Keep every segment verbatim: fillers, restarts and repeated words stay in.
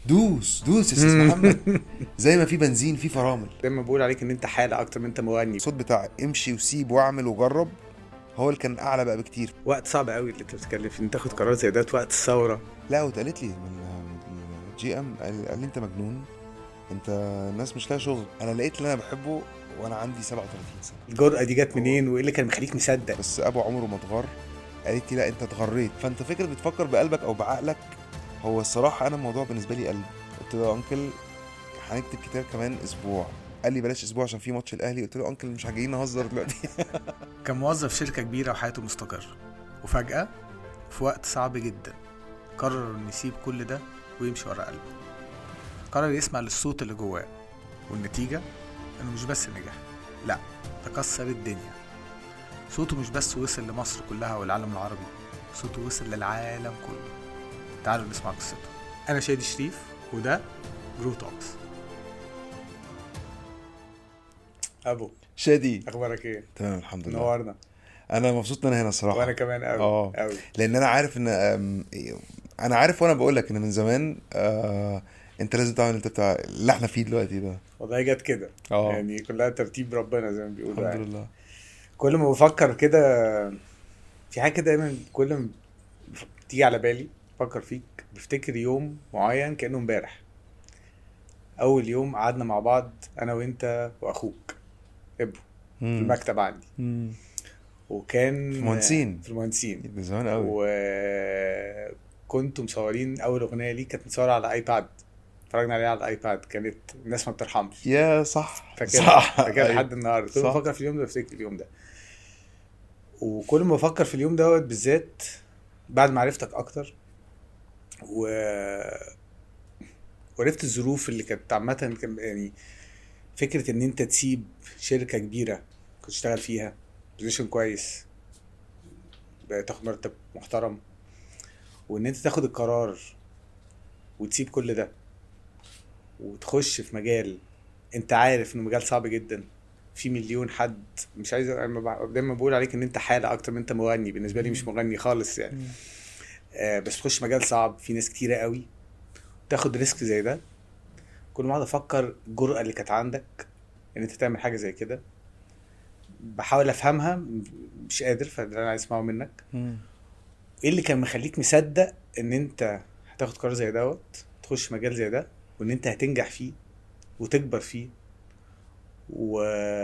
دوس دوس يا استاذ محمد. زي ما في بنزين في فرامل. دايما بقول عليك ان انت حالة اكتر من انت مغني. الصوت بتاع امشي وسيب واعمل وجرب هو اللي كان اعلى بقى بكتير. وقت صعب قوي اللي انت بتتكلم فيه، انت تاخد قرار زي ده وقت الثورة. لا واتقالت لي من جي ام، قال قال لي انت مجنون، انت الناس مش لاقي شغل. انا لقيت اللي انا بحبه وانا عندي سبعة وثلاثين سنه. الجرأة دي جت منين وايه اللي كان مخليك مصدق؟ بس ابو عمره ما اتغر. قالت لي لا انت اتغريت. فانت فكره بتفكر بقلبك او بعقلك. هو الصراحه انا الموضوع بالنسبه لي قلب. قلت له يا انكل هنكتب كتاب كمان اسبوع. قال لي بلاش اسبوع عشان في ماتش الاهلي. قلت له انكل مش جايين نهزر دلوقتي. كان موظف شركة كبيرة وحياته مستقر، وفجأة في وقت صعب جدا قرر انه يسيب كل ده ويمشي ورا قلبه. قرر يسمع للصوت اللي جواه، والنتيجة انه مش بس نجح، لا تكسر الدنيا. صوته مش بس وصل لمصر كلها والعالم العربي، صوته وصل للعالم كله. تعالوا نسمع قصته. انا شادي شريف وده جرو توكس. ابو شادي اخبارك ايه؟ تمام الحمد لله. نورنا. انا مبسوط ان انا هنا الصراحه. وانا كمان قوي اه قوي. لان انا عارف ان أم، انا عارف وانا بقول لك ان من زمان آه انت لازم تعمل انت بتاع اللي احنا فيه دلوقتي ده. والله جت كده اه يعني، كلها ترتيب ربنا زي ما بيقولوا. الحمد يعني لله. كل ما بفكر كده في حاجه دايما، كل ما تيجي على بالي بفكر فيك، بفتكر يوم معين كانه امبارح. اول يوم قعدنا مع بعض انا وانت واخوك ابو في مم. المكتب عندي، مم. وكان في المهندسين. في المهندسين من زمان قوي. وكنتوا مصورين اول اغنيه لي، كانت مصوره على ايباد، اتفرجنا عليها على الايباد، كانت الناس ما بترحمش. يا صح فاكر صح فاكر أيوة. لحد النهارده كل ما صح. بفكر في اليوم ده بفتكر اليوم ده. وكل ما بفكر في اليوم دوت بالذات بعد ما عرفتك اكتر و وعرفت الظروف اللي كانت عامه، كان- يعني فكره ان انت تسيب شركه كبيره كنت تشتغل فيها بوزيشن كويس، تاخد مرتب محترم، وان انت تاخد القرار وتسيب كل ده وتخش في مجال انت عارف انه مجال صعب جدا، في مليون حد. مش عايز انا بع- دايما بقول عليك ان انت حالة اكتر من انت مغني، بالنسبة لي مش مغني خالص يعني. آه بس تخش مجال صعب في ناس كتيرة قوي، تاخد ريسك زي ده. كل ما اقعد افكر الجرأة اللي كانت عندك ان انت تعمل حاجة زي كده، بحاول افهمها م- مش قادر، فده انا عايز اسمعه منك. مم. ايه اللي كان مخليك مصدق ان انت هتاخد قرار زي دوت، تخش مجال زي ده، وان انت هتنجح فيه وتكبر فيه و...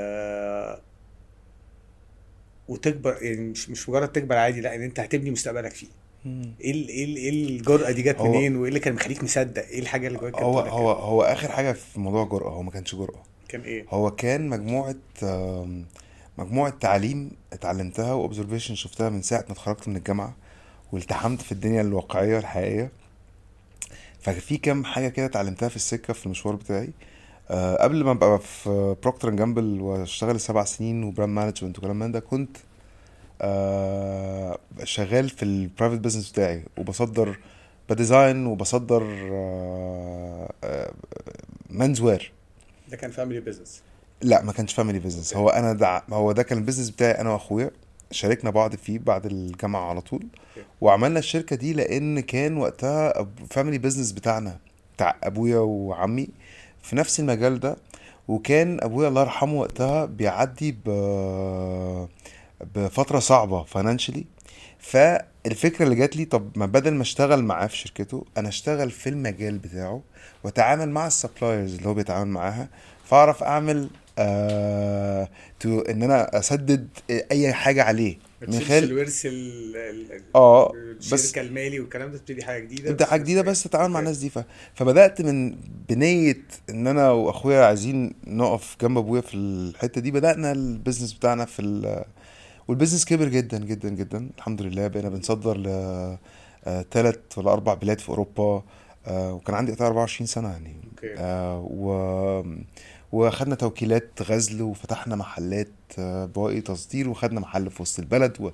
وتكبر، يعني مش مش مجرد تكبر عادي، لا ان انت هتبني مستقبلك فيه. مم. ايه ال- ايه ال- ايه الجرأة دي جت هو منين، وايه اللي كان مخليك مصدق؟ ايه الحاجة اللي جواك كانت هو بتقول لك هو كده؟ هو اخر حاجه في موضوع جرأة. هو ما كانش جرأة. كان ايه؟ هو كان مجموعه آم، مجموعه تعليم اتعلمتها واوبزرفيشن شفتها من ساعه ما اتخرجت من الجامعه والتحمت في الدنيا الواقعيه الحقيقيه. ففي كام حاجه كده اتعلمتها في السكه في المشوار بتاعي. أه قبل ما ابقى في بروكتر اند جامبل واشتغل سبع سنين وبراند مانجمنت وكلام من ده، كنت أه شغال في البرايفت بزنس بتاعي وبصدر بديزاين وبصدر منز وير. ده كان فاميلي بيزنس؟ لا ما كانش فاميلي بزنس. هو انا ده هو ده كان البيزنس بتاعي انا واخويا. شاركنا بعض فيه بعد الجامعه على طول وعملنا الشركه دي لان كان وقتها فاميلي بزنس بتاعنا بتاع ابويا وعمي في نفس المجال ده. وكان ابويا الله يرحمه وقتها بيعدي ب بفتره صعبه فاينانشلي. فالفكره اللي جات لي طب ما بدل ما اشتغل معاه في شركته انا اشتغل في المجال بتاعه واتعامل مع السبلايرز اللي هو بيتعامل معاها، فاعرف اعمل آه تو ان انا اسدد اي حاجه عليه ما من تشيلش خلال الورث ال- ال- اه بس الشركة المالي والكلام ده، تبتدي حاجة جديدة تبدا بس حاجه جديده حاجة. بس اتعامل مع أوكي. الناس دي. ف... فبدات من بنيه ان انا واخويا عايزين نقف جنب ابويا في الحته دي. بدانا البيزنس بتاعنا في ال... والبيزنس كبر جدا جدا جدا الحمد لله. بقينا بنصدر ل آه، تلات ولا اربع بلاد في اوروبا. آه، وكان عندي وقتها اربعة وعشرين سنه يعني. اوكي. آه، و واخدنا توكيلات غزل وفتحنا محلات آه، بواقي تصدير وخدنا محل في وسط البلد و...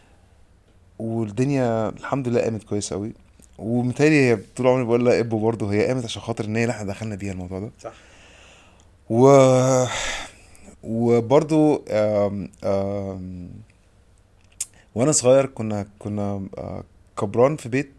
والدنيا الحمد لله قامت كويس قوي. ومتهيألي هي طول عمري بقول لها ابو برضه هي قامت عشان خاطر ان هي اللي احنا دخلنا بيها الموضوع ده. صح. و وبرضه آم... آم... وانا صغير كنا كنا آه، كبران في بيت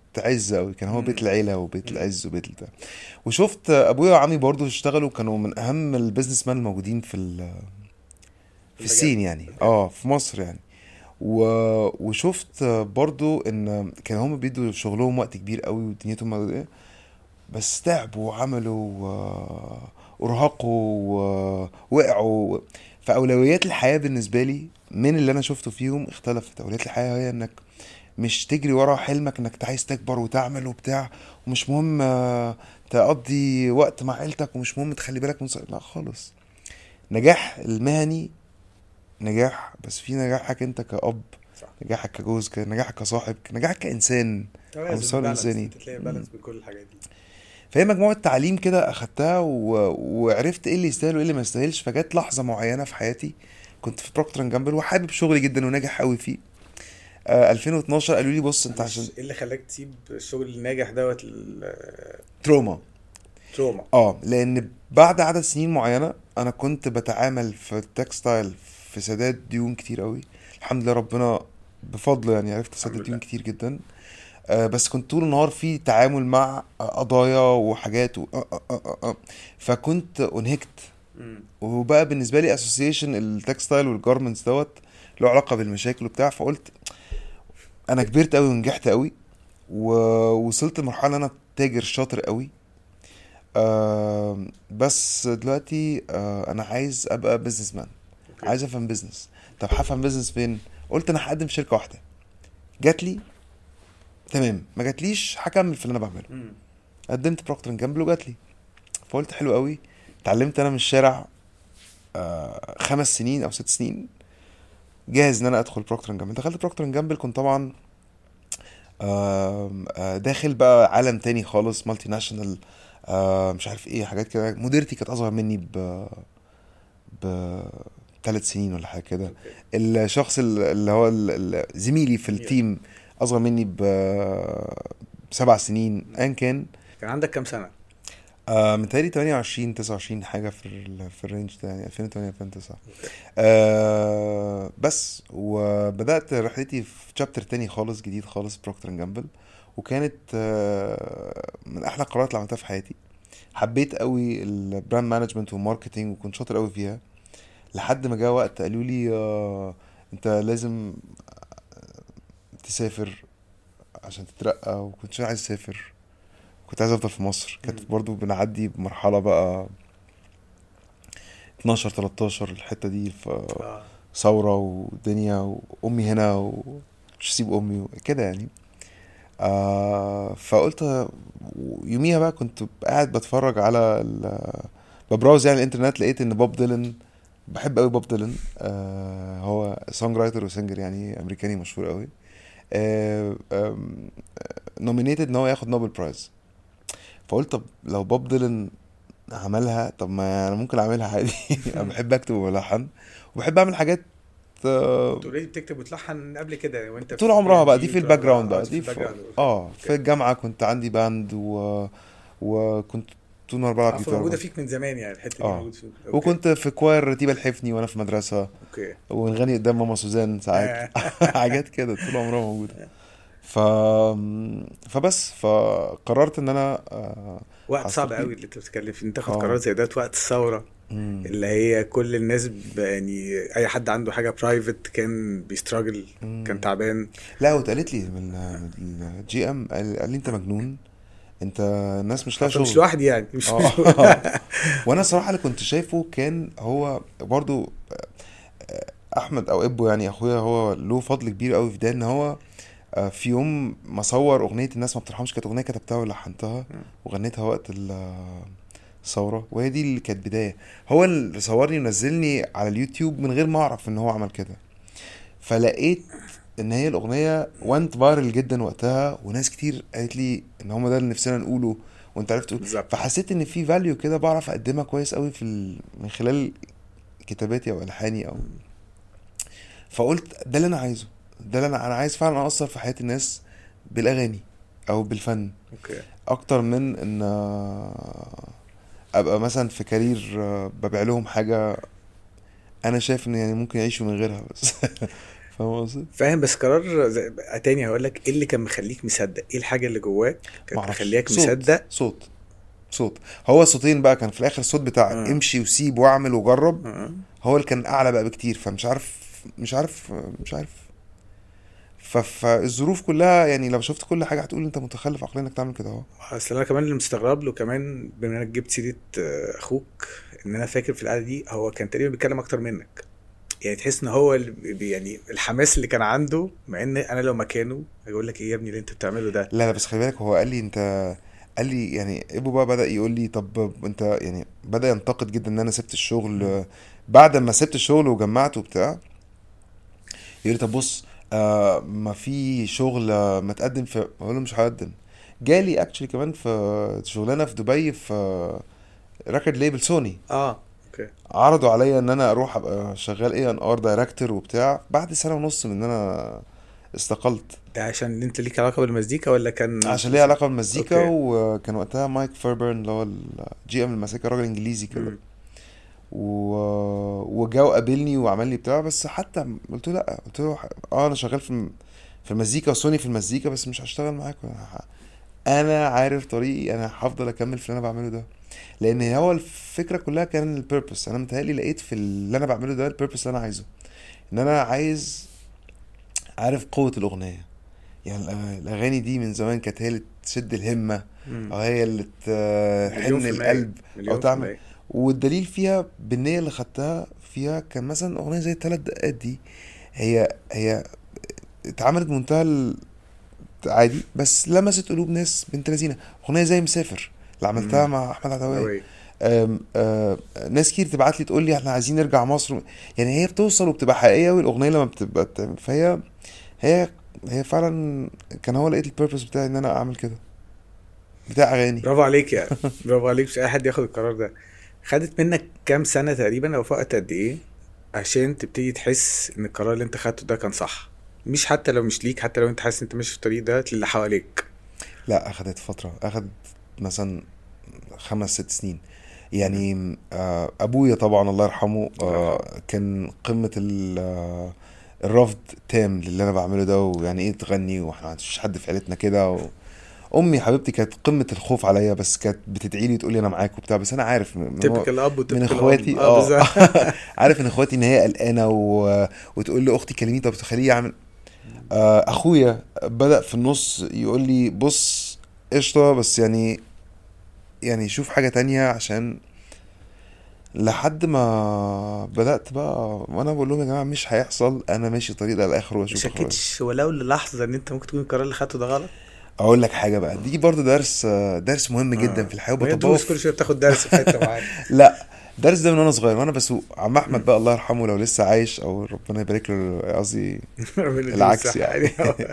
عز قوي، كان هو مم. بيت العيله وبيت مم. العز وبيت البتاع. وشفت ابويا وعمي برضو اشتغلوا، كانوا من اهم البيزنس مان الموجودين في ال- في في المجال. الصين يعني، اوكي. اه في مصر يعني. و... وشفت برضو ان كان هم بيدوا شغلهم وقت كبير قوي ودنيتهم ايه، بس تعبوا وعملوا و- وارهقوا ووقعوا. فاولويات الحياه بالنسبه لي من اللي انا شفته فيهم اختلفت. اولويات الحياه هي انك مش تجري ورا حلمك انك انت عايز تكبر وتعمل وبتاع، ومش مهم آه، تقضي وقت مع عيلتك، ومش مهم تخلي بالك من صح... لا خالص. نجاح المهني نجاح، بس في نجاحك انت كأب، صح. نجاحك كجوز، نجاحك كصاحب، نجاحك كإنسان على توازن، المستوى بالانس، الإنساني. انت تلاقي مم. بالانس بين كل الحاجات دي. فهي مجموعة تعليم كده أخدتها و... وعرفت إيه اللي يستاهل وإيه اللي ما يستاهلش. فجت لحظة معينة في حياتي كنت في بروكتر اند جامبل وحابب شغلي جدا وناجح قوي فيه. آه ألفين واتناشر قالوا لي بص انت عشان معلش، ايه اللي خلاك تسيب الشغل الناجح دوت تروما. التروما؟ اه لان بعد عدد سنين معينه انا كنت بتعامل في التكستايل في سداد ديون كتير قوي. الحمد لله ربنا بفضله يعني عرفت الحمد اسدد ديون لله. كتير جدا. آه بس كنت طول النهار في تعامل مع قضايا وحاجات و... آه آه آه آه. فكنت انهكت. مم. وبقى بالنسبه لي اسوسيشن التكستايل والجارمنتس دوت له علاقه بالمشاكل وبتاع. فقلت انا كبرت قوي ونجحت قوي ووصلت لمرحله انا تاجر شاطر قوي. آه بس دلوقتي آه انا عايز ابقى بزنس مان، اوكي. عايز افهم بزنس. طب هفهم بزنس فين؟ قلت انا هقدم في شركه واحده، جات لي تمام، ما جاتليش هكمل في اللي انا بعمله. مم. قدمت بروكتر اند جامبل وجات لي، فقلت حلو قوي. اتعلمت انا من الشارع آه خمس سنين او ست سنين جاهز ان انا ادخل بروكتر اند جامبل. دخلت بروكتر اند جامبل كنت طبعا آه آه داخل بقى عالم تاني خالص، مالتي ناشونال، آه مش عارف ايه حاجات كده. مديرتي كانت اصغر مني ب بثلاث سنين ولا حاجه كده. اوكي. الشخص ال- اللي هو ال- ال- زميلي في جميل. التيم اصغر مني ب بسبع سنين ايا كان. كان عندك كام سنة؟ آه متهيألي تمانية وعشرين تسعة وعشرين حاجه في ال في الرينج ده يعني ألفين وتمانية ألفين وتسعة. اوكي. آه بس وبدات رحلتي في شابتر تاني خالص جديد خالص بروكتر اند جامبل. وكانت آه من احلى القرارات اللي عملتها في حياتي. حبيت قوي البراند مانجمنت والماركتينج وكنت شاطر قوي فيها، لحد ما جاء وقت قالوا لي آه انت لازم تسافر عشان تترقى. وكنت عايز اسافر، كنت عايز افضل في مصر. كانت مم. برضو بنعدي بمرحلة بقى اتناشر تلتاشر الحتة دي، في اه. ثورة ودنيا وامي هنا ومش هسيب امي كده يعني. آه فقلت يوميها بقى كنت قاعد بتفرج على ال- ببراوز يعني الانترنت، لقيت ان بوب ديلن، بحب قوي بوب ديلن، آه هو سونج رايتر وسينجر يعني امريكاني مشهور قوي. آه نومينيتد ان هو ياخد نوبل برايز. فقلت طب لو بوب ديلن عملها، طب ما انا ممكن اعملها عادي. انا بحب اكتب والحن وبحب اعمل حاجات آه، كنت اوريدي بتكتب وتلحن قبل كده وانت طول في بي عمرها ان بقى دي بي في وطول الباك عمرها جراوند اه بقى في دي الباك في جراوند. اوكي. اه في اوكي. الجامعة كنت عندي باند و... وكنت طول النهار بلعب اه، جيتار فموجودة بس. فيك من زمان يعني، الحتة دي اه موجودة فيك. اوكي. وكنت في كواير رتيبة الحفني وانا في مدرسة، اوكي. ونغني قدام ماما سوزان ساعات. آه. حاجات كده طول عمرها موجودة. ف فبس فقررت ان انا آه، وقت صعب هستقيل. قوي اللي انت بتتكلم فيه، انت تاخد قرار اه زي ده وقت الثورة، مم. اللي هي كل الناس ب- يعني اي حد عنده حاجة برايفت كان بيستراجل، كان مم. تعبان. لا واتقالت لي من من الجي ام، قال قال لي انت مجنون، انت الناس مش لاقي فمش شغل. لوحدي يعني، مش مش اه وانا صراحة اللي كنت شايفه كان هو برضو احمد او ابو يعني اخويا، هو له فضل كبير قوي في ده. ان هو آه، في يوم ما صور اغنيه الناس ما بترحمش، كانت اغنيه كتبتها ولحنتها وغنيتها وقت ال- الثوره، وهي دي اللي كانت بدايه. هو اللي صورني ونزلني على اليوتيوب من غير ما اعرف ان هو عمل كده. فلقيت ان هي الاغنيه وانت فايرل جدا وقتها، وناس كتير قالت لي ان هم ده اللي نفسنا نقوله وانت عرفت تقول. بالظبط. فحسيت ان في فاليو كده بعرف اقدمها كويس قوي في ال... من خلال كتاباتي او الحاني او. فقلت ده اللي انا عايزه، ده اللي انا انا عايز فعلا اثر في حياة الناس بالاغاني او بالفن، اوكي. اكتر من ان ابقى مثلا في كارير ببيع لهم حاجة انا شايف ان يعني ممكن يعيشوا من غيرها بس. فاهم قصدي؟ فاهم. بس قرار زي- تاني هقول لك ايه اللي كان مخليك مصدق، ايه الحاجه اللي جواك كانت معرفش. مخليك صوت مصدق؟ صوت صوت هو صوتين بقى، كان في الاخر الصوت بتاع اه امشي وسيب واعمل وجرب اه هو اللي كان اعلى بقى بكتير. فمش عارف مش عارف مش عارف ف- فالظروف كلها يعني لو شفت كل حاجه هتقول انت متخلف عقليا انك تعمل كده اهو. اصل انا كمان اللي مستغرب له كمان بما انك جبت سيره آه، اخوك، ان انا فاكر في القعده دي هو كان تقريبا بيتكلم اكتر منك. يعني تحس ان هو اللي بي- يعني الحماس اللي كان عنده، مع ان انا لو مكانه هيقول لك ايه يا ابني اللي انت بتعمله ده. لا لا بس خلي بالك هو قال لي انت، قال لي يعني ابو بقى بدأ يقول لي طب انت يعني بدأ ينتقد جدا ان انا سبت الشغل مم. آه، بعد ما سبت الشغل وجمعته بتاع. يقول لي طب بص آه ما في شغل آه ما تقدم في، اقول له مش هقدم. جالي اكشلي كمان في شغلانه في دبي في ريكورد ليبل سوني، اه اوكي. عرضوا عليا ان انا اروح ابقى شغال ايه ان ار دايركتور وبتاع بعد سنه ونص من ان انا استقلت. ده عشان انت ليك علاقه بالمزيكا ولا كان؟ عشان ليه علاقه بالمزيكا، اوكي. وكان وقتها مايك فيربرن اللي هو الجي ام المزيكا راجل انجليزي كده، مم. و... وجا وقابلني وعمل لي بتاع. بس حتى قلت له لا، قلت له اه انا شغال في الم- في المزيكا وسوني في المزيكا بس مش هشتغل معاكم. انا عارف طريقي، انا هفضل اكمل في اللي انا بعمله ده. لان هو الفكره كلها كان البيربس. انا متهيألي لقيت في اللي انا بعمله ده البيربس اللي انا عايزه، ان انا عايز عارف قوه الاغنيه. يعني الأ- الاغاني دي من زمان كانت هي اللي تشد الهمه، مم. او هي اللي مليون تحن في المية. القلب او مليون في تعمل. المية. والدليل فيها بالنية اللي خدتها فيها كان مثلا اغنيه زي الثلاث دقات دي، هي هي اتعملت بمنتهى ال- عادي بس لمست قلوب ناس بنت لذينه. اغنيه زي مسافر اللي عملتها مم. مع احمد عدوية، أوي. أم- أم، ناس كتير تبعت لي تقول لي احنا عايزين نرجع مصر. يعني هي بتوصل وبتبقى حقيقيه، والاغنيه لما بتبقى بتعمل فهي هي هي فعلا كان هو لقيت البيربس بتاعي ان انا اعمل كده بتاع اغاني. برافو عليك يعني. برافو عليك، مش اي حد ياخد القرار ده. خدت منك كام سنة تقريبا او في وقت قد ايه عشان تبتدي تحس ان القرار اللي انت خدته ده كان صح؟ مش حتى لو مش ليك، حتى لو انت حاسس انت ماشي في الطريق ده للي حواليك. لا اخدت فتره، اخدت مثلا خمس ست سنين. يعني آه، ابويا طبعا الله يرحمه الله يرحمه. آه، كان قمه ال- آه، الرفض تام للي انا بعمله ده، ويعني ايه تغني واحنا مفيش حد في عيلتنا كده. امي حبيبتي كانت قمه الخوف عليا، بس كانت بتدعي لي تقول لي انا معاك وبتاع. بس انا عارف من من, تبقى الاب من وتبقى الام، اخواتي اه اه بالظبط. عارف ان اخواتي ان هي قلقانه و... وتقول لي اختي كلميني طب تخليه يعمل. آه، اخويا بدأ في النص يقول لي بص قشطه بس يعني يعني شوف حاجه تانية، عشان لحد ما بدأت بقى وانا بقول لهم يا جماعه مش هيحصل، انا ماشي طريق ده للاخر ما واشوف اخرج. شكتش ولو للحظة ان انت ممكن تكون القرار اللي خدته ده غلط؟ اقول لك حاجه بقى، دي برضو درس درس مهم جدا اه في الحياه وهي وبطبقه دروس كل في. شوية بتاخد درس في حتة معاك. لا درس ده من وانا صغير وانا بسوق. عم احمد مم. بقى الله يرحمه لو لسه عايش او ربنا يبارك له، قصدي ربنا يديله العكس الصحة يعني. يعني.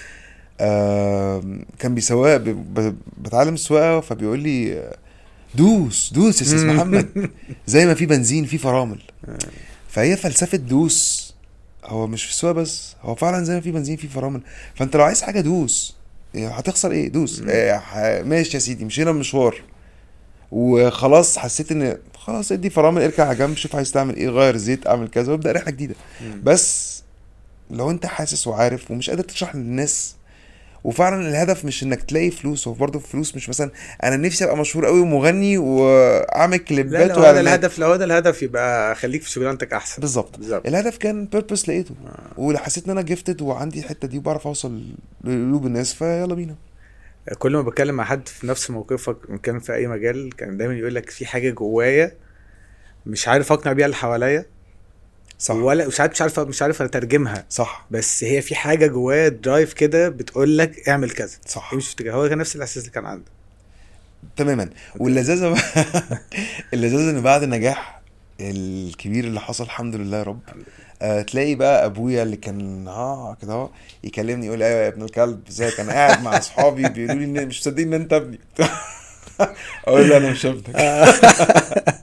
آم، كان بيسوق ب- ب- بتعلم السواقه فبيقول لي دوس دوس يا استاذ محمد، زي ما في بنزين في فرامل. فهي فلسفه دوس، هو مش في السواقه بس، هو فعلا زي ما في بنزين في فرامل. فانت لو عايز حاجه دوس، يعني هتخسر ايه؟ دوس مم. إيه ح- ماشي يا سيدي مشينا المشوار وخلاص حسيت ان خلاص ادي فرامل اركع على جنب شوف عايز تعمل ايه، غير زيت اعمل كذا وابدا رحله جديده. مم. بس لو انت حاسس وعارف ومش قادر تشرح للناس، وفعلا الهدف مش انك تلاقي فلوس، هو برضه فلوس مش مثلا انا نفسي ابقى مشهور قوي ومغني واعمل لا كليبات لو هذا واعلانات. الهدف، لو هذا الهدف يبقى خليك في شغلانتك احسن. بالظبط بالظبط. الهدف كان بيربس لقيته، آه. وحسيت ان انا جيفتد وعندي الحته دي وبعرف اوصل لقلوب الناس فيلا بينا. كل ما بتكلم مع حد في نفس موقفك ان كان في اي مجال كان دايما يقول لك في حاجه جوايا مش عارف اقنع بيها اللي حواليا، صح ولا ساعات مش عارف مش عارف اترجمها، صح بس هي في حاجه جوايا درايف كده بتقول لك اعمل كذا، صح امشي في اتجاه. هو كان نفس الاحساس اللي كان عنده. تماما. واللذاذه بقى اللذاذه ان بعد النجاح الكبير اللي حصل الحمد لله يا رب، الحمد لله. آه تلاقي بقى ابويا اللي كان اه كده اهو يكلمني يقول لي ايوه يا ابن الكلب ازيك، انا قاعد مع اصحابي بيقولوا لي إن- مش مصدقين ان انت ابني. اقول له انا مش ابنك.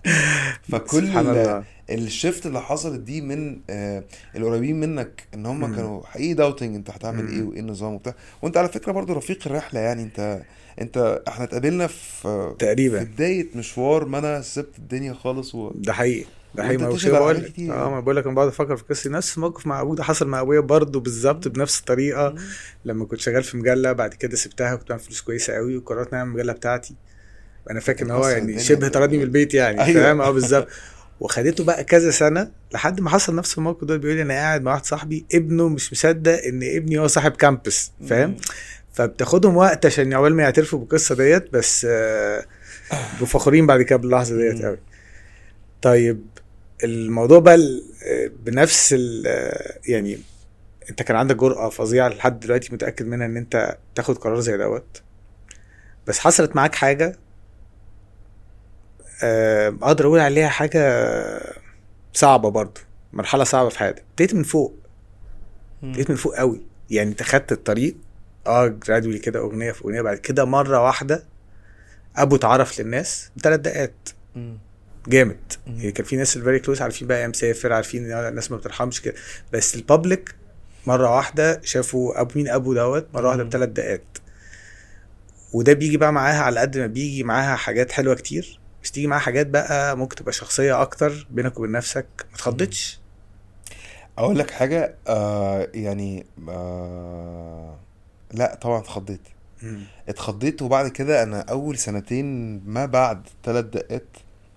فكل سبحان الله. الشفت اللي حصلت دي من آه، القريبين منك ان هم مم. كانوا حقيقي داوتنج انت هتعمل ايه مم. وايه النظام وبتاع. وانت على فكره برضو رفيق الرحله يعني. انت انت احنا اتقابلنا في في تقريبا بدايه مشوار ما انا سبت الدنيا خالص و... ده حقيقي، ده حقيقي. وانت ما هو بتشهد شيء على بقول حاجات لك، كتير اه يعني. ما بقول لك انا بقعد افكر في قصه نفس موقف مع ابويا حصل مع ابويا برضه بالظبط مم. بنفس الطريقه. مم. لما كنت شغال في مجله، بعد كده سبتها، كنت بعمل فلوس كويسه قوي، وقررت نعمل المجله بتاعتي. انا فاكر ان هو هتكسر يعني الدنيا شبه انت طردني من بجد. البيت يعني، ايوه. فاهم؟ اه بالظبط. وخدته بقى كذا سنه لحد ما حصل نفس الموقف ده. بيقول لي انا قاعد مع واحد صاحبي ابنه مش مصدق ان ابني هو صاحب كامبس، فاهم؟ مم. فبتاخدهم وقت عشان عقبال ما يعترفوا بالقصه ديت، بس آه، بيبقوا فخورين بعد كده باللحظه ديت مم. قوي. طيب الموضوع بقى ال- آه، بنفس ال آه، يعني انت كان عندك جرأة فظيعة لحد دلوقتي متأكد منها ان انت تاخد قرار زي دوت، بس حصلت معاك حاجة آه، اقدر اقول عليها حاجة صعبة برضو، مرحلة صعبة في حياتك، ابتديت من فوق، مم. ابتديت من فوق قوي. يعني انت خدت الطريق اه جرادولي كده، اغنية في اغنية، بعد كده مرة واحدة ابو اتعرف للناس بثلاث دقات مم. جامد. مم. يعني كان في ناس الفيري كلوز عارفين بقى يا مسافر، عارفين ان الناس ما بترحمش كده، بس البابليك مرة واحدة شافوا ابو مين ابو دوت مرة واحدة مم. بثلاث دقات. وده بيجي بقى معاها على قد ما بيجي معاها حاجات حلوة كتير، بس تيجي معاها حاجات بقى ممكن تبقى شخصية اكتر بينك وبين نفسك. ما مم. تخضتش؟ اقول لك حاجه آه يعني آه لا طبعا اتخضيت. مم. اتخضيت وبعد كده انا اول سنتين ما بعد ثلاث دقات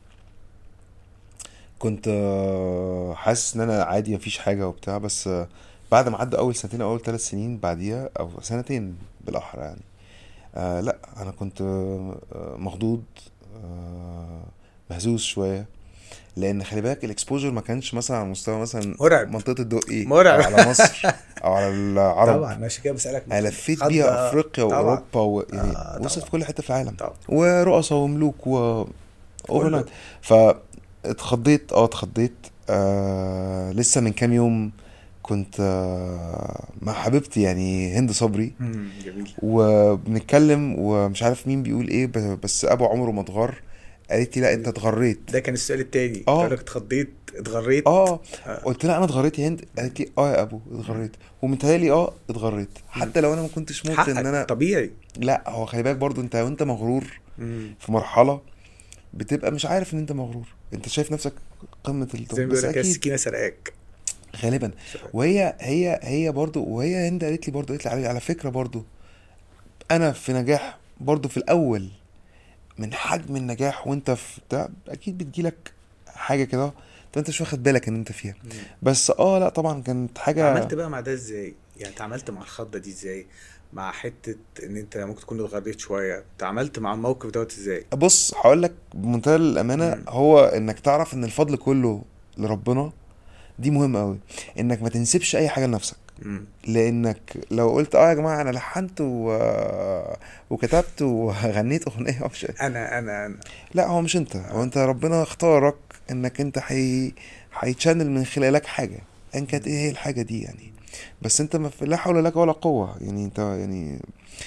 كنت آه، حاسس ان انا عادي مفيش حاجه وبتاع. بس آه، بعد ما عدى اول سنتين او اول ثلاث سنين بعديها او سنتين بالاحرى يعني آه لا انا كنت آه آه، مخضوض آه مهزوز شويه. لان خلي بالك الاكسبوجر ما كانش مثلا على مستوى مثلا مرعب، منطقه الدقي او مرعب. على مصر او على العرب. طبعا ماشي كده بسألك انا متخ- لفيت بيها خضة. افريقيا طبعا واوروبا و... يعني اه وصلت في طبعا كل حته في العالم طبعا ورؤساء وملوك و اوفر نايت. كله. فاتخضيت اه اتخضيت آه لسه من كام يوم كنت آه مع حبيبتي يعني هند صبري مم، جميل. وبنتكلم ومش عارف مين بيقول ايه ب- بس ابو عمره ما اتغر. قالت لي لا انت اتغريت. ده كان السؤال التاني، اه تقولك اتخضيت اتغريت؟ اه آه. قلت لها انا اتغريت يا هند. قالت لي اه يا ابو اتغريت. ومتهيألي اه اتغريت مم. حتى لو انا ما كنتش موت ان حقك انا. طبيعي. لا هو خلي بالك برضو انت وانت مغرور مم. في مرحلة بتبقى مش عارف ان انت مغرور. انت شايف نفسك قمة زي الطب ما بس بيقولك هي اكيد السكينة سرقاك. غالبا. سرقاك. وهي هي هي برضو وهي هند قالت لي برضو قالت لي على على فكرة برضو انا في نجاح برضو في الاول من حجم النجاح وانت في بتاع اكيد بتجيلك حاجة كده انت انت مش واخد بالك ان انت فيها. مم. بس اه لا طبعا كانت اتعاملت حاجة. بقى مع ده ازاي؟ يعني اتعاملت مع الخضة دي ازاي؟ مع حتة ان انت ممكن تكون اتغريت شوية، اتعاملت مع الموقف دوت ازاي؟ بص هقول لك بمنتهى الامانة مم. هو انك تعرف ان الفضل كله لربنا. دي مهمة قوي انك ما تنسبش اي حاجة لنفسك. مم. لانك لو قلت اه يا جماعة انا لحنت و... وكتبت وغنيت اغنية مش... انا انا انا لا هو مش انت. هو آه. انت ربنا اختارك انك انت حي... هيتشانل من خلالك حاجة ان كانت ايه هي الحاجة دي يعني. بس انت ما في لا حول لك ولا قوة يعني انت يعني.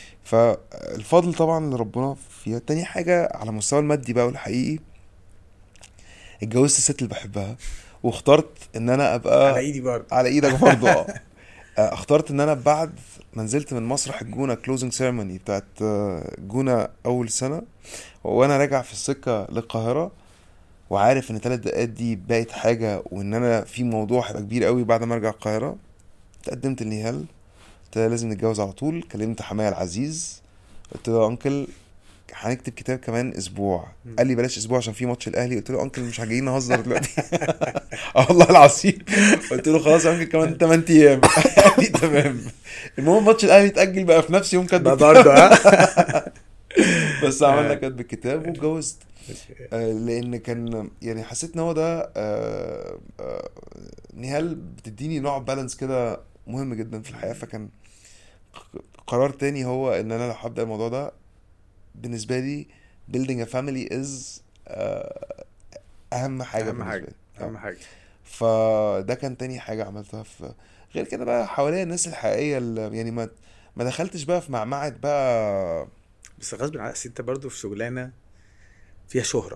فالفضل طبعا لربنا فيها. تاني حاجة على مستوى المادي بقى والحقيقي اتجوزت الست اللي بحبها واخترت ان انا على ابقى ايدي برضه. على ايدك برضو اه آه، اخترت ان انا بعد ما نزلت من مسرح الجونة كلوزنج سيرموني بتاعت آه، جونة اول سنة وانا راجع في السكة للقاهرة وعارف ان ثلاث دقات دي بقت حاجة وان انا في موضوع هيبقى كبير قوي بعد ما ارجع القاهرة. تقدمت لنهال قلت لها لازم نتجوز على طول. كلمت حماية العزيز قلت له يا انكل هنكتب كتاب كمان اسبوع. مم. قال لي بلاش اسبوع عشان في ماتش الاهلي. قلت له انكل مش جايين نهزر دلوقتي. اه والله العظيم. قلت له خلاص يا انكل كمان ثمانية ايام. قال لي تمام. المهم ماتش الاهلي اتاجل بقى في نفس يوم كاتب بقى الكتاب. برضه ها. بس عملنا آه. كاتب الكتاب واتجوزت. آه، لان كان يعني حسيت ان هو ده آه، آه، نهال بتديني نوع بالانس كده مهم جدا في الحياه. فكان قرار تاني هو ان انا لو هبدا الموضوع ده بالنسبه لي building a family is آه، اهم حاجه اهم بالنسبه حاجة، لي. آه. اهم حاجة. فده كان تاني حاجه عملتها. في غير كده بقى حواليا الناس الحقيقيه اللي يعني ما ما دخلتش بقى في معمعة بقى. بس غصب عنك، أصل انت برضه في شغلانة فيها شهرة،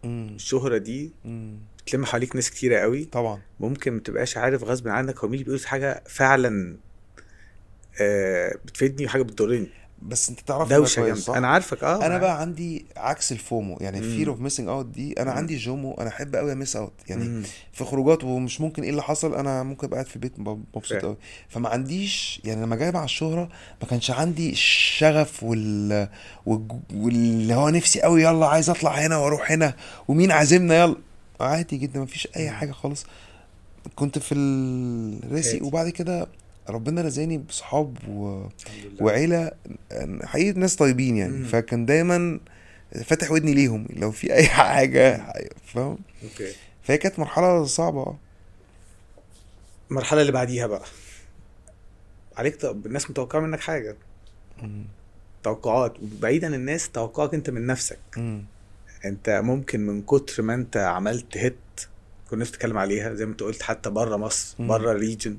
مم. الشهرة دي مم. بتلم حواليك ناس كتيرة قوي، طبعا. ممكن متبقاش عارف غصب عنك هو مين اللي بيقول حاجة فعلا آه بتفيدني وحاجة بتضرني. بس انت تعرف ده دوشة كويس جامدة، صح. انا عارفك. اه انا معاك. بقى عندي عكس الفومو، يعني fear مم. of missing out دي انا مم. عندي جومو، انا احب قوي امس اوت يعني مم. في خروجات، ومش ممكن ايه اللي حصل انا ممكن ابقى قاعد في البيت ب- مبسوط فاهم. قوي. فما عنديش يعني لما جاي مع الشهرة ما كانش عندي الشغف وال والج- واللي هو نفسي قوي يلا عايز اطلع هنا واروح هنا ومين عازمنا يلا. عادي جدا مفيش اي مم. حاجة خالص. كنت في الراسي هادي. وبعد كده ربنا رزقني بصحاب و... الحمد لله. وعيلة حقيقة ناس طيبين يعني، مم. فكان دايما فاتح ودني ليهم لو في اي حاجة فاهم. اوكي. فهي كانت مرحلة صعبة. المرحلة اللي بعديها بقى عليك، طب الناس متوقعة منك حاجة، مم. توقعات، وبعيدا الناس توقعك انت من نفسك. مم. انت ممكن من كتر ما انت عملت هيت كنا نتكلم عليها زي ما انت قلت حتى بره مصر، مم. بره الريجن،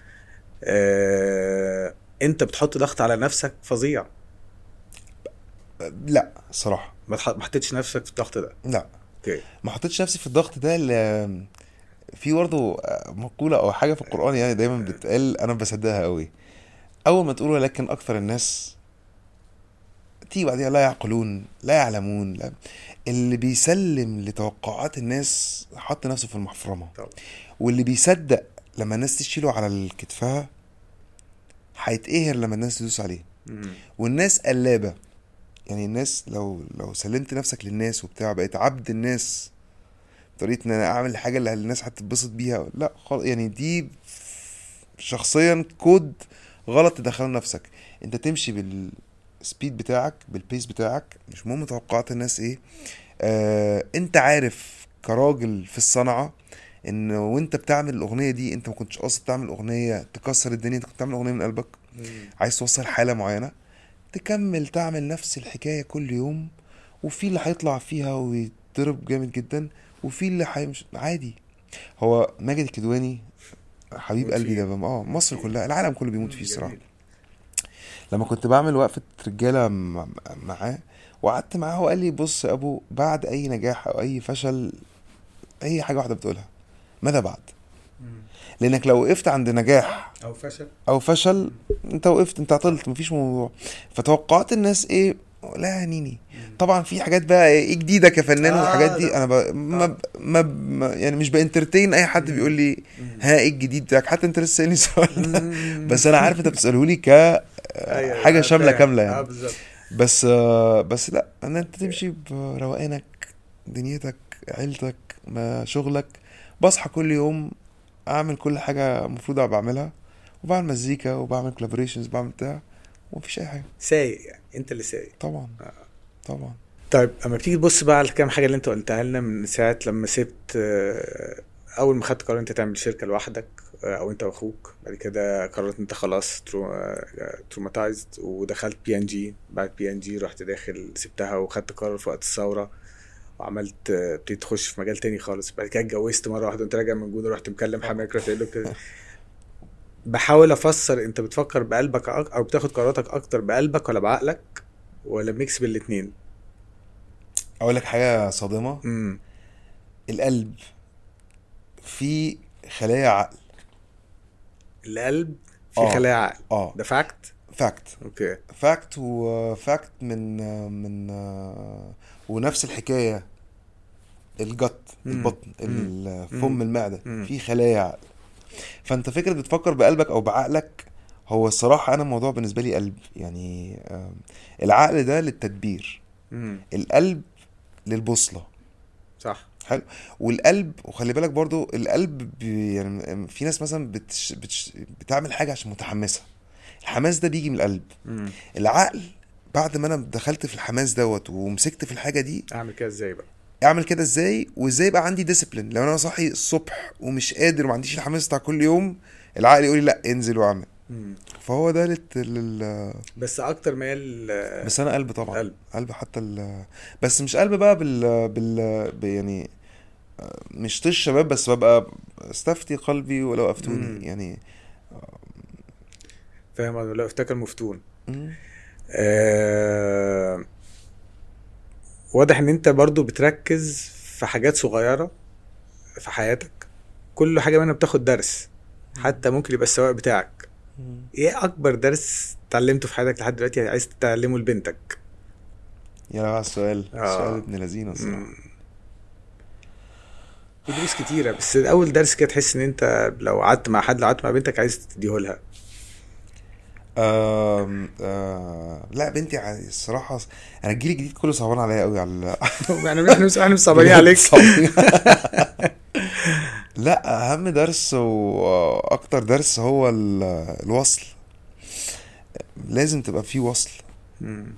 آه، انت بتحط ضغط على نفسك فظيع. لا صراحة ما تح- ما حطيتش نفسك في الضغط ده. لا اوكي. ما حطيتش نفسي في الضغط ده. ل- في برضه مقولة او حاجة في القرآن يعني دايما بتقال انا بصدقها قوي، اول ما تقول ولكن اكثر الناس تيجي بعديها لا يعقلون لا يعلمون لا. اللي بيسلم لتوقعات الناس حط نفسه في المحفرمة، طبعا. واللي بيصدق لما الناس تشيله على الكتفها هيتقهر لما الناس تدوس عليه. مم. والناس قلابة يعني، الناس لو لو سلمت نفسك للناس وبتاع بقيت عبد الناس طريقة ان انا اعمل الحاجة اللي الناس هتتبسط بيها، لا خالص يعني دي شخصيا كود غلط تدخله نفسك. انت تمشي بالسبيد بتاعك بالبيس بتاعك، مش مهم توقعات الناس ايه. آه انت عارف كراجل في الصنعة ان وانت بتعمل الاغنية دي انت ما كنتش قاصد تعمل اغنية تكسر الدنيا، انت كنت بتعمل اغنية من قلبك مم. عايز توصل حالة معينة، تكمل تعمل نفس الحكاية كل يوم، وفي اللي هيطلع فيها ويضرب جامد جدا وفي اللي هيمش عادي. هو ماجد الكدواني حبيب موت قلبي فيه. ده بقى- اه مصر فيه. كلها العالم كله بيموت مم. فيه الصراحة. جميل. لما كنت بعمل وقفة رجالة م- معاه وقعدت معاه وقال لي بص يا ابو، بعد اي نجاح او اي فشل اي حاجة واحدة بتقولها، ماذا بعد؟ مم. لانك لو وقفت عند نجاح او فشل. او فشل انت وقفت، انت عطلت، مفيش موضوع. فتوقعات الناس ايه؟ لا يا نيني. مم. طبعا في حاجات بقى ايه جديده كفنان آه، والحاجات دي لا. انا ب... ما... ب... ما... ب... ما يعني مش بانترتين اي حد مم. بيقول لي مم. ها ايه الجديد بتاعك، حتى انت لسه سالني السؤال ده مم. بس انا عارف انت بتساله لي ك ايوه حاجه أيوة، شامله فاهم. كامله اه يعني. بالظبط. بس آه، بس لا ان انت تمشي بروقانك دنيتك عيلتك ما شغلك. بصحى كل يوم اعمل كل حاجه المفروض ابقى بعملها، وبعمل مزيكا وبعمل كولابوريشنز بعمل بتاع ومفيش اي حاجه. سايق يعني، انت اللي سايق. طبعا طبعا. طيب اما بتيجي تبص بقى على كام حاجه اللي انت قلتها لنا من ساعه لما سبت، آه، اول ما خدت قرار انت تعمل شركه لوحدك، آه، او انت واخوك، بعد كده قررت انت خلاص تروماتايزد ودخلت بي ان جي، بعد بي ان جي رحت داخل سبتها وخدت قرار في وقت الثوره وعملت، آه، ابتديت تخش في مجال تاني خالص، بعد كده اتجوزت مره واحده وانت راجع من جونه رحت مكلم حماك رحت قايل له كده. بحاول افسر انت بتفكر بقلبك أك... او بتاخد قراراتك اكتر بقلبك ولا بعقلك ولا ميكس بالاتنين؟ اقول لك حاجه صادمه، امم القلب فيه خلايا عقل. القلب في اه خلايا عقل، اه ده فاكت. فاكت اوكي. فاكت وفاكت من من ونفس الحكايه الجت مم. البطن مم. الفم مم. المعده مم. فيه خلايا عقل. فانت فكره بتفكر بقلبك او بعقلك، هو الصراحه انا الموضوع بالنسبه لي قلب يعني. آم، العقل ده للتدبير، مم. القلب للبوصله. صح. حلو. والقلب وخلي بالك برضو القلب بي يعني في ناس مثلا بتش بتش بتعمل حاجه عشان متحمسه، الحماس ده بيجي من القلب. مم. العقل بعد ما انا دخلت في الحماس دوت ومسكت في الحاجه دي اعمل كده ازاي بقى؟ اعمل كده ازاي، وازاي يبقى عندي ديسيبلين. لو انا صاحي الصبح ومش قادر وما عنديش الحماس بتاع كل يوم، العقل يقول لي لا انزل واعمل. مم. فهو ده لل... لل... بس اكتر ميال، آه، بس انا قلب طبعا. القلب. قلب حتى ال... بس مش قلب بقى بال... بال... ب- يعني مش طش شباب، بس ببقى استفتي قلبي ولو افتوني مم. يعني. فاهم ولا لا؟ افتكر مفتون. مم. آه... واضح ان انت برضو بتركز في حاجات صغيره في حياتك، كل حاجه منها بتاخد درس، حتى ممكن يبقى السواق بتاعك. ايه اكبر درس اتعلمته في حياتك لحد دلوقتي عايز تتعلمه لبنتك؟ يا بقى السؤال آه. سؤال ابن لذينه الصراحه. مم. في دروس كتيره، بس اول درس كده تحس ان انت لو قعدت مع حد، لو قعدت مع بنتك عايز تديه لها. آم، آه لا بنتي ع- الصراحه انا الجيل الجديد كله صعبان عليا قوي على يعني احنا احنا مش صعبانين عليك. صعبين. لا اهم درس واكتر درس هو ال- الوصل. لازم تبقى فيه وصل، مم.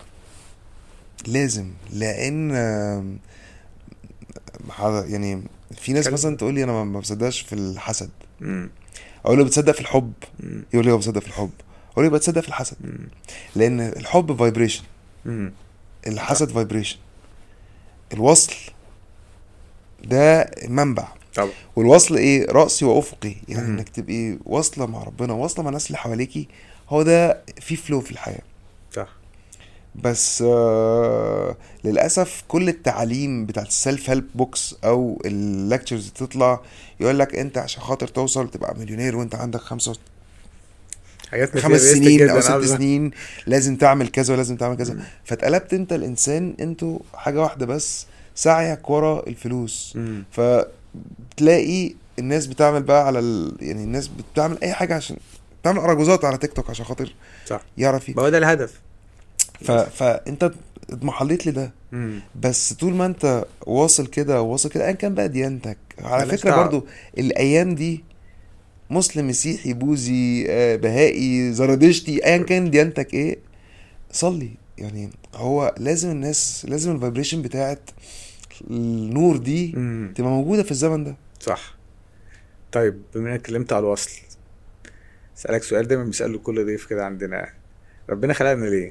لازم. لان آم، ح- يعني في ناس كلب. مثلا تقول لي انا ما ما بصدقش في الحسد، مم. اقول له بتصدق في الحب، مم. يقول لي هو بصدق في الحب، اقول له بتصدق في الحسد. مم. لان الحب فايبريشن، مم. الحسد فايبريشن، الوصل ده منبع. طبعا. والوصل ايه؟ رأسي وافقي، يعني مم. انك تبقي واصله مع ربنا، واصله مع الناس اللي حواليكي، هو ده في فلو في الحياه. صح. بس آه للاسف كل التعاليم بتاعت السيلف هيلب بوكس او الليكتشرز تطلع يقول لك انت عشان خاطر توصل تبقى مليونير وانت عندك خمسة حاجات خمس materialistic سنين جدا. او ست عاوزة. سنين لازم تعمل كذا ولازم تعمل كذا. مم. فاتقلبت انت الانسان انتوا حاجه واحده بس، سعيك ورا الفلوس. مم. فتلاقي الناس بتعمل بقى على ال... يعني الناس بتعمل اي حاجه عشان تعمل اراجوزات على تيك توك عشان خاطر صح. يعرف ما هو ده الهدف. ف... فانت اتمحليت لده. مم. بس طول ما انت واصل كده واصل كده ايا كان بقى ديانتك، على ملهاش فكره دعوة. برضو الايام دي مسلم مسيحي بوذي آه، بهائي زرادشتي ايا كان ديانتك ايه، صلي. يعني هو لازم الناس، لازم الفايبريشن بتاعت النور دي مم. تبقى موجوده في الزمن ده. صح. طيب بما انك اتكلمت على الوصل، اسالك سؤال دايما بيساله كل ضيف كده عندنا: ربنا خلقنا ليه؟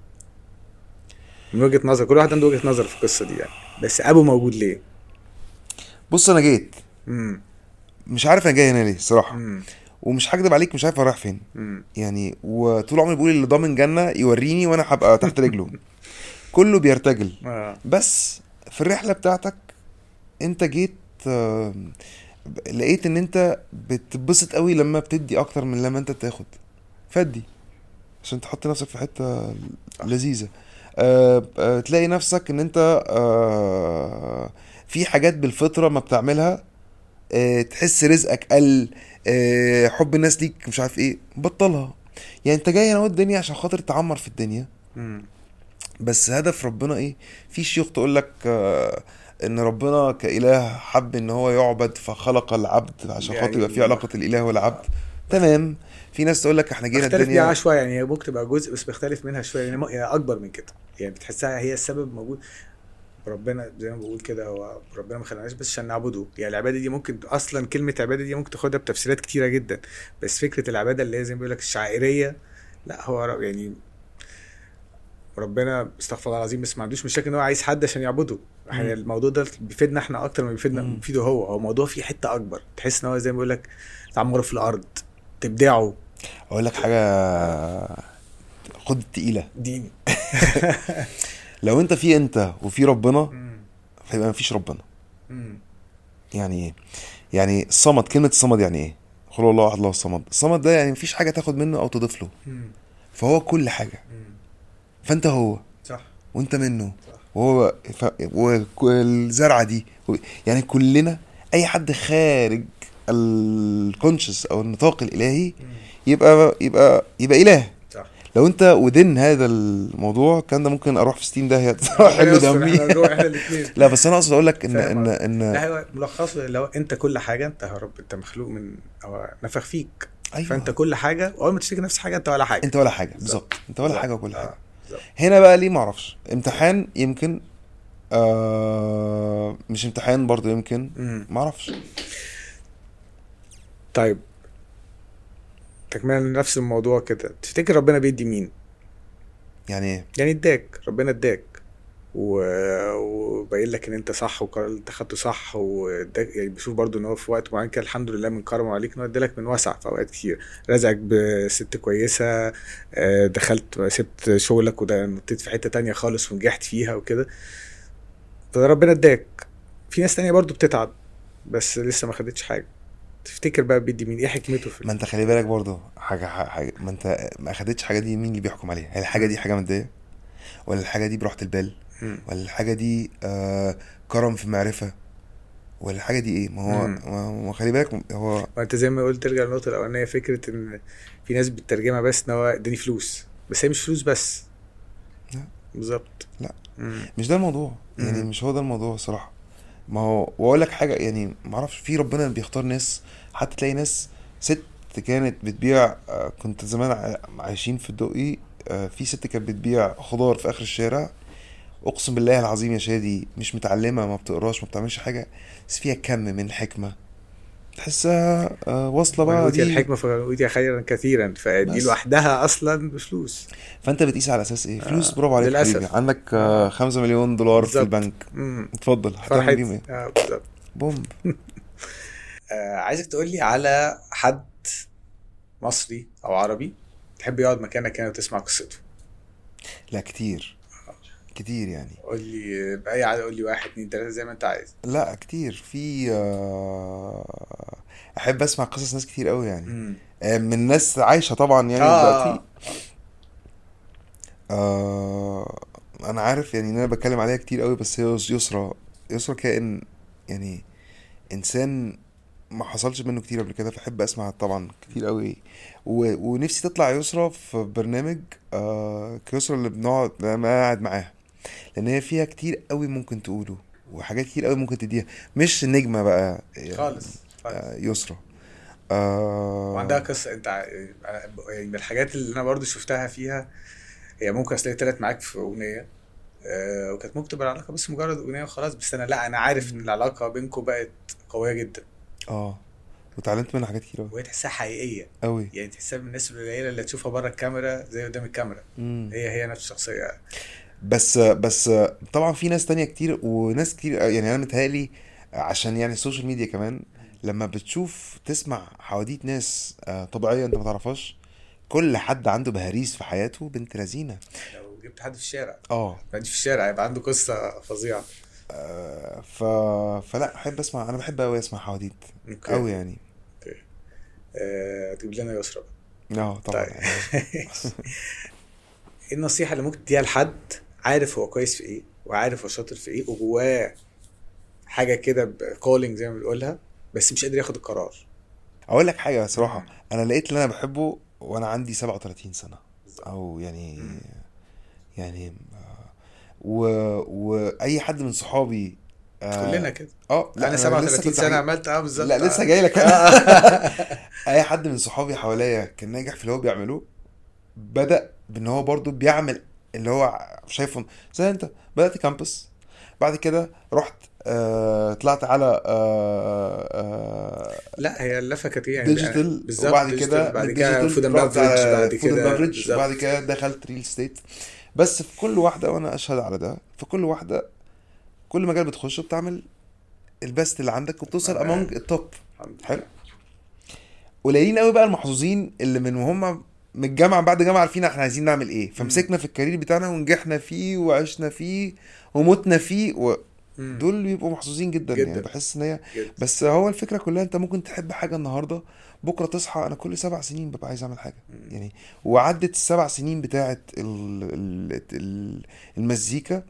من وجهة نظر كل واحد عنده وجهة نظر في القصة دي يعني، بس ابو موجود ليه؟ بص انا جيت امم مش عارف انا جاي هنا ليه صراحه، امم ومش هكدب عليك مش عارف انا رايح فين. امم يعني وطول عمري بقول اللي ضامن جنه يوريني وانا هبقى تحت رجله. كله بيرتجل. اه بس في الرحله بتاعتك انت جيت آه، لقيت ان انت بتتبسط قوي لما بتدي اكتر من لما انت تاخد. فدي عشان تحط نفسك في حته لذيذه. أه أه تلاقي نفسك ان انت أه في حاجات بالفطره ما بتعملها، أه تحس رزقك قل، أه حب الناس ليك مش عارف ايه، بطلها. يعني انت جاي هنا الدنيا عشان خاطر تعمر في الدنيا، امم بس هدف ربنا ايه؟ في شيوخ تقول لك آه ان ربنا كإله حب ان هو يعبد فخلق العبد عشان يعني خاطر يبقى في علاقة الإله والعبد. تمام. في ناس تقول لك احنا جينا بختلف بيها الدنيا شويه، يعني هي ممكن تبقى جزء بس بختلف منها شويه، يعني هي اكبر من كده، يعني بتحسها هي السبب موجود. ربنا زي ما بقول كده، هو ربنا ما خلقناش بس عشان نعبده. يعني العباده دي ممكن اصلا كلمه عباده دي ممكن تاخدها بتفسيرات كتيره جدا، بس فكره العباده اللي هي زي ما بيقول لك الشعائريه، لا هو ر- يعني ربنا استغفر الله العظيم بس ما عندوش مشاكل ان هو عايز حد عشان يعبده. احنا مم. الموضوع ده بيفيدنا احنا اكتر ما بيفيدنا مم. بيفيده هو. هو موضوع فيه حته اكبر، تحس ان هو زي ما بيقول لك تعمره في الارض، تبدعه. اقول لك حاجة خد تقيلة. ديني. لو انت في انت وفي ربنا مم. فيبقى مفيش ربنا. مم. يعني ايه؟ يعني الصمد، كلمة الصمد يعني ايه؟ قل هو الله احد الله الصمد. الصمد ده يعني مفيش حاجة تاخد منه او تضيف له، مم. فهو كل حاجة. مم. فانت هو صح. وانت منه، صح. وهو ف... والزرعه دي و- يعني كلنا اي حد خارج الكونشس او النطاق الالهي مم. يبقى يبقى يبقى اله. صح. لو انت ودين هذا الموضوع كان ده ممكن اروح في ستيم ده حلو دمي. احنا نروح احنا الاثنين. لا بس انا اقصد اقول لك ان فاهم ان قصدك. ان لا هو ملخصه لو انت كل حاجه، انت يا رب انت مخلوق من او نفخ فيك. أيوة. فانت كل حاجه، واول ما تشتكي نفس حاجه انت ولا حاجه. انت ولا حاجه بالظبط. بالظبط، انت ولا بالظبط. حاجه وكل آه. حاجه. بالظبط. هنا بقى ليه معرفش، امتحان يمكن آه مش امتحان برضو يمكن مم. معرفش. طيب تكمل نفس الموضوع كده، تفتكر ربنا بيدي مين؟ يعني ايه؟ يعني اداك، ربنا اداك و- وباين لك ان انت صح وقرار اللي انت خدته صح، واداك يعني بشوف برضو ان هو في وقت معين كده الحمد لله من كرمه عليك ان هو ادالك من وسع في اوقات كتير، رزقك بست كويسه، آه، دخلت سبت شغلك وده نطيت في حته تانية خالص ونجحت فيها وكده، فده ربنا اداك. في ناس تانية برضو بتتعب بس لسه ما خدتش حاجه. تفتكر بقى بيدي مين؟ ايه حكمته في ما انت خلي بالك برضو حاجه حاجه ما انت ما اخدتش حاجه دي، مين اللي بيحكم عليها؟ هل الحاجه دي حاجه ماديه، ولا الحاجه دي براحه البال، مم. ولا الحاجه دي آه كرم في معرفه، ولا الحاجه دي ايه؟ ما هو مم. ما ما خلي بالك هو وانت زي ما قلت ترجع للنقطه الاولانيه، فكره ان في ناس بتترجمها بس ان هو اداني فلوس، بس هي مش فلوس بس. لا. بالظبط. لا مم. مش ده الموضوع يعني، مم. مش هو ده الموضوع صراحه. ما هو واقول لك حاجه يعني، ما اعرفش، في ربنا بيختار ناس. حتى تلاقي ناس ست كانت بتبيع آه، كنت زمان ع- عايشين في الدقي، آه، في ست كانت بتبيع خضار في اخر الشارع. اقسم بالله العظيم يا شادي، مش متعلمه، ما بتقراش، ما بتعملش حاجه، بس فيها كم من حكمه تحسها آه، واصله وإن بقى أوتي دي. الحكمة فقد أوتي خيرا كثيرا، فدي بس لوحدها أصلا بفلوس. فانت بتقيس على اساس ايه؟ فلوس، آه. برافو عليك حبيبي، للأسف. عندك آه، آه. خمسة مليون دولار في بالظبط. البنك، مم. اتفضل هتعمل فرحت. بيهم ايه؟ آه بالظبط. بومب. آه عايزك تقولي على حد مصري أو عربي تحب يقعد مكانك هنا وتسمع قصته. لا كتير كتير يعني. قول لي بأي عدد، قول لي واحد اتنين تلاتة زي ما أنت عايز. لا كتير، في آه، احب اسمع قصص ناس كتير قوي يعني، مم. آه، من ناس عايشه طبعا آه, يعني دلوقتي. آه. آه انا عارف يعني ان انا بتكلم عليها كتير قوي، بس هي يسرا. يسرا كائن يعني، انسان ما حصلش منه كتير قبل كده، فاحب اسمع طبعا كتير قوي. و... ونفسي تطلع يسرا في برنامج آه كيسرا اللي بنقعد لما قاعد معاها، لان هي فيها كتير قوي ممكن تقوله، وحاجات كتير قوي ممكن تديها، مش النجمه بقى يعني. خالص خالص. آه يسرا وعندها آه قصة. أنت ع- يعني من الحاجات اللي أنا برضو شفتها فيها، هي ممكن أصل هي طلعت معاك في أغنية، آه، وكانت ممكن تبقى العلاقة بس مجرد أغنية وخلاص، بس أنا لا، أنا عارف إن العلاقة بينكم بقت قوية جدا، اه وتعلمت منها حاجات كتير قوي وهي تحسها حقيقية. قوي. يعني تحسها من الناس القليلة اللي تشوفها بره الكاميرا زي قدام الكاميرا، مم. هي هي نفس الشخصية. بس بس طبعا في ناس تانية كتير، وناس كتير يعني، انا متهيألي عشان يعني السوشيال ميديا كمان، لما بتشوف تسمع حواديت ناس آه، طبيعية انت ما تعرفهاش، كل حد عنده بهاريس في حياته بنت لذينة. لو جبت حد في الشارع، اه ما في الشارع يبقى عنده قصة فظيعة. آه، ف فلا احب اسمع، انا بحب قوي اسمع حواديت اوكي. قوي يعني. اوكي. آه، تجيب لنا يسرا بقى. اه طبعا طيب. يعني. ايه النصيحة اللي ممكن تديها لحد عارف هو كويس في ايه، وعارف هو شاطر في ايه، وجواه حاجة كده بكولينج زي ما بنقولها، بس مش قادر ياخد القرار؟ اقول لك حاجة صراحة، مم. انا لقيت اللي انا بحبه وانا عندي سبعة وتلاتين سنة، بالظبط. او يعني مم. يعني و... واي حد من صحابي كلنا اه كده. آه، لا انا انا لسه سبعة وتلاتين كنت سنة حقيقي، عملت اه لا بالظبط. لسه آه. جاي لك انا. آه. اي حد من صحابي حواليا كان ناجح في اللي هو بيعمله، بدأ بان هو برضو بيعمل اللي هو شايفه زي انت. بدأت كامبس، بعد كده رحت آه طلعت على آه آه لا هي اللفه كانت إيه يعني بقى- ديجيتال، بالظبط وبعد ديجيتال، كده بعد من كده ديجيتال فود اند رحت بافريج، على بعد فود اند كده بافريج، وبعد بالظبط. كده دخلت ريل ستيت. بس في كل واحدة، وانا اشهد على ده، في كل واحدة كل مجال بتخشه بتعمل البست اللي عندك وبتوصل تمام. امونج التوب. الحمد حلو. لله. قليلين قوي بقى المحظوظين اللي من وهم من الجامعه بعد جامعه عارفين احنا عايزين نعمل ايه، مم. فمسكنا في الكارير بتاعنا ونجحنا فيه وعشنا فيه ومتنا فيه و... مم. دول بيبقوا محظوظين جدا يعني، جدا بحس ان هي. جدا. بس هو الفكره كلها، انت ممكن تحب حاجه النهارده، بكره تصحى انا كل سبع سنين ببقى عايز اعمل حاجه مم. يعني. وعدت السبع سنين بتاعه ال... ال... ال... المزيكا،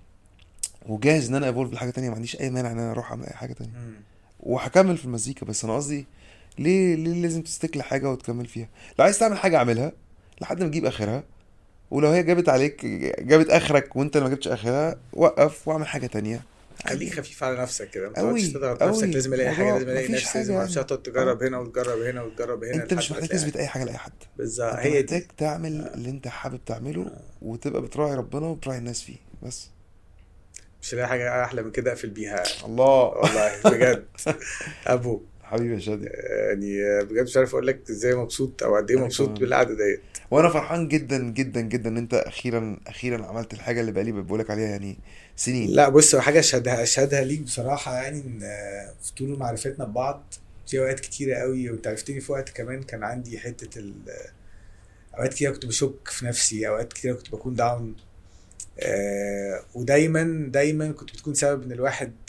وجاهز ان انا ايفولف لحاجه تانية، ما عنديش اي مانع ان انا اروح اعمل اي حاجه تانية، مم. وهكمل في المزيكا. بس انا قصدي ليه ليه لازم تستك لحاجه وتكمل فيها؟ لو عايز تعمل حاجه اعملها لحد ما تجيب اخرها، ولو هي جابت عليك جابت اخرك وانت اللي ما جبتش اخرها، وقف واعمل حاجه تانية عادي خليك يعني. خفيف على نفسك كده، ما تقعدش قوي تضغط نفسك قوي لازم الاقي حاجه، الموضوع لازم الاقي مفيش نفسي، حاجه لازم مش يعني. هتقعد اه تجرب هنا وتجرب هنا وتجرب هنا انت لحد مش ما محتاج تلاقي تثبت حاجه. اي حاجه لاي حد، بالظبط انت هي محتاج دي. تعمل اللي انت حابب تعمله، وتبقى بتراعي ربنا وبتراعي الناس فيه بس. مش لاقي حاجه احلى من كده اقفل بيها. الله. والله بجد. ابو حبيبي يا شادي. يعني بجد مش عارف اقول لك ازاي مبسوط او قد ايه انا مبسوط كمان، بالقعده ديت. وانا فرحان جدا جدا جدا ان انت اخيرا اخيرا عملت الحاجه اللي بقالي بقولك عليها يعني سنين. لا بص، هو حاجه اشهدها اشهدها ليك بصراحه، يعني ان آه، في طول معرفتنا ببعض في اوقات كتيره قوي، وانت عرفتني في وقت كمان كان عندي حته ال آه، اوقات كتيره كنت بشك في نفسي، اوقات كتيره كنت بكون داون. آه ودايما دايما كنت بتكون سبب ان الواحد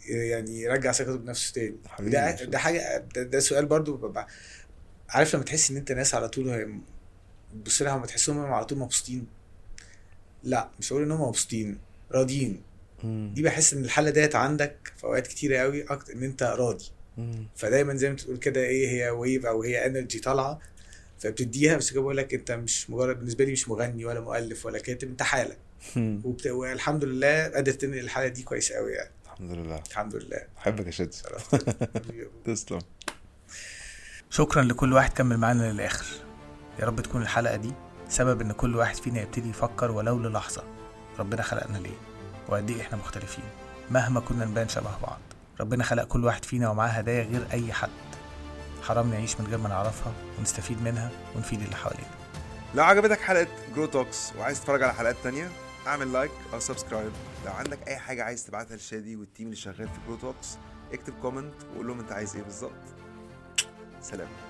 يعني يرجع ثقته بنفسه تاني. حبيبي ده يا ده حاجه ده, ده سؤال برضو ببقى عارف لما تحس ان انت ناس على طول بص لها وما تحسهم هم على طول مبسوطين. لا مش هقول ان هم مبسوطين، راضيين. مم. دي بحس ان الحاله ديت عندك في اوقات كتيره قوي اكتر ان انت راضي. مم. فدايما زي ما تقول كده ايه هي ويف او هي انرجي طالعه فبتديها. بس كده بقول لك انت مش مجرد بالنسبه لي مش مغني ولا مؤلف ولا كاتب، انت حاله. مم. وبت... والحمد لله قادر تنقل الحاله دي كويس قوي يعني. الحمد لله. الحمد لله. بحبك يا شد. تسلم. شكرا لكل واحد كمل معانا للاخر. يا رب تكون الحلقه دي سبب ان كل واحد فينا يبتدي يفكر ولو للحظه ربنا خلقنا ليه وقد ايه احنا مختلفين مهما كنا نبان شبه بعض. ربنا خلق كل واحد فينا ومعاه هدايا غير اي حد. حرام نعيش من غير ما نعرفها ونستفيد منها ونفيد اللي حوالينا. لو عجبتك حلقة جرو توكس وعايز تتفرج على حلقات تانية اعمل لايك او سبسكرايب. لو عندك اي حاجة عايز تبعتها لشادي والتيم اللي شغال في جرو توكس اكتب كومنت وقول لهم انت عايز ايه بالظبط. سلام.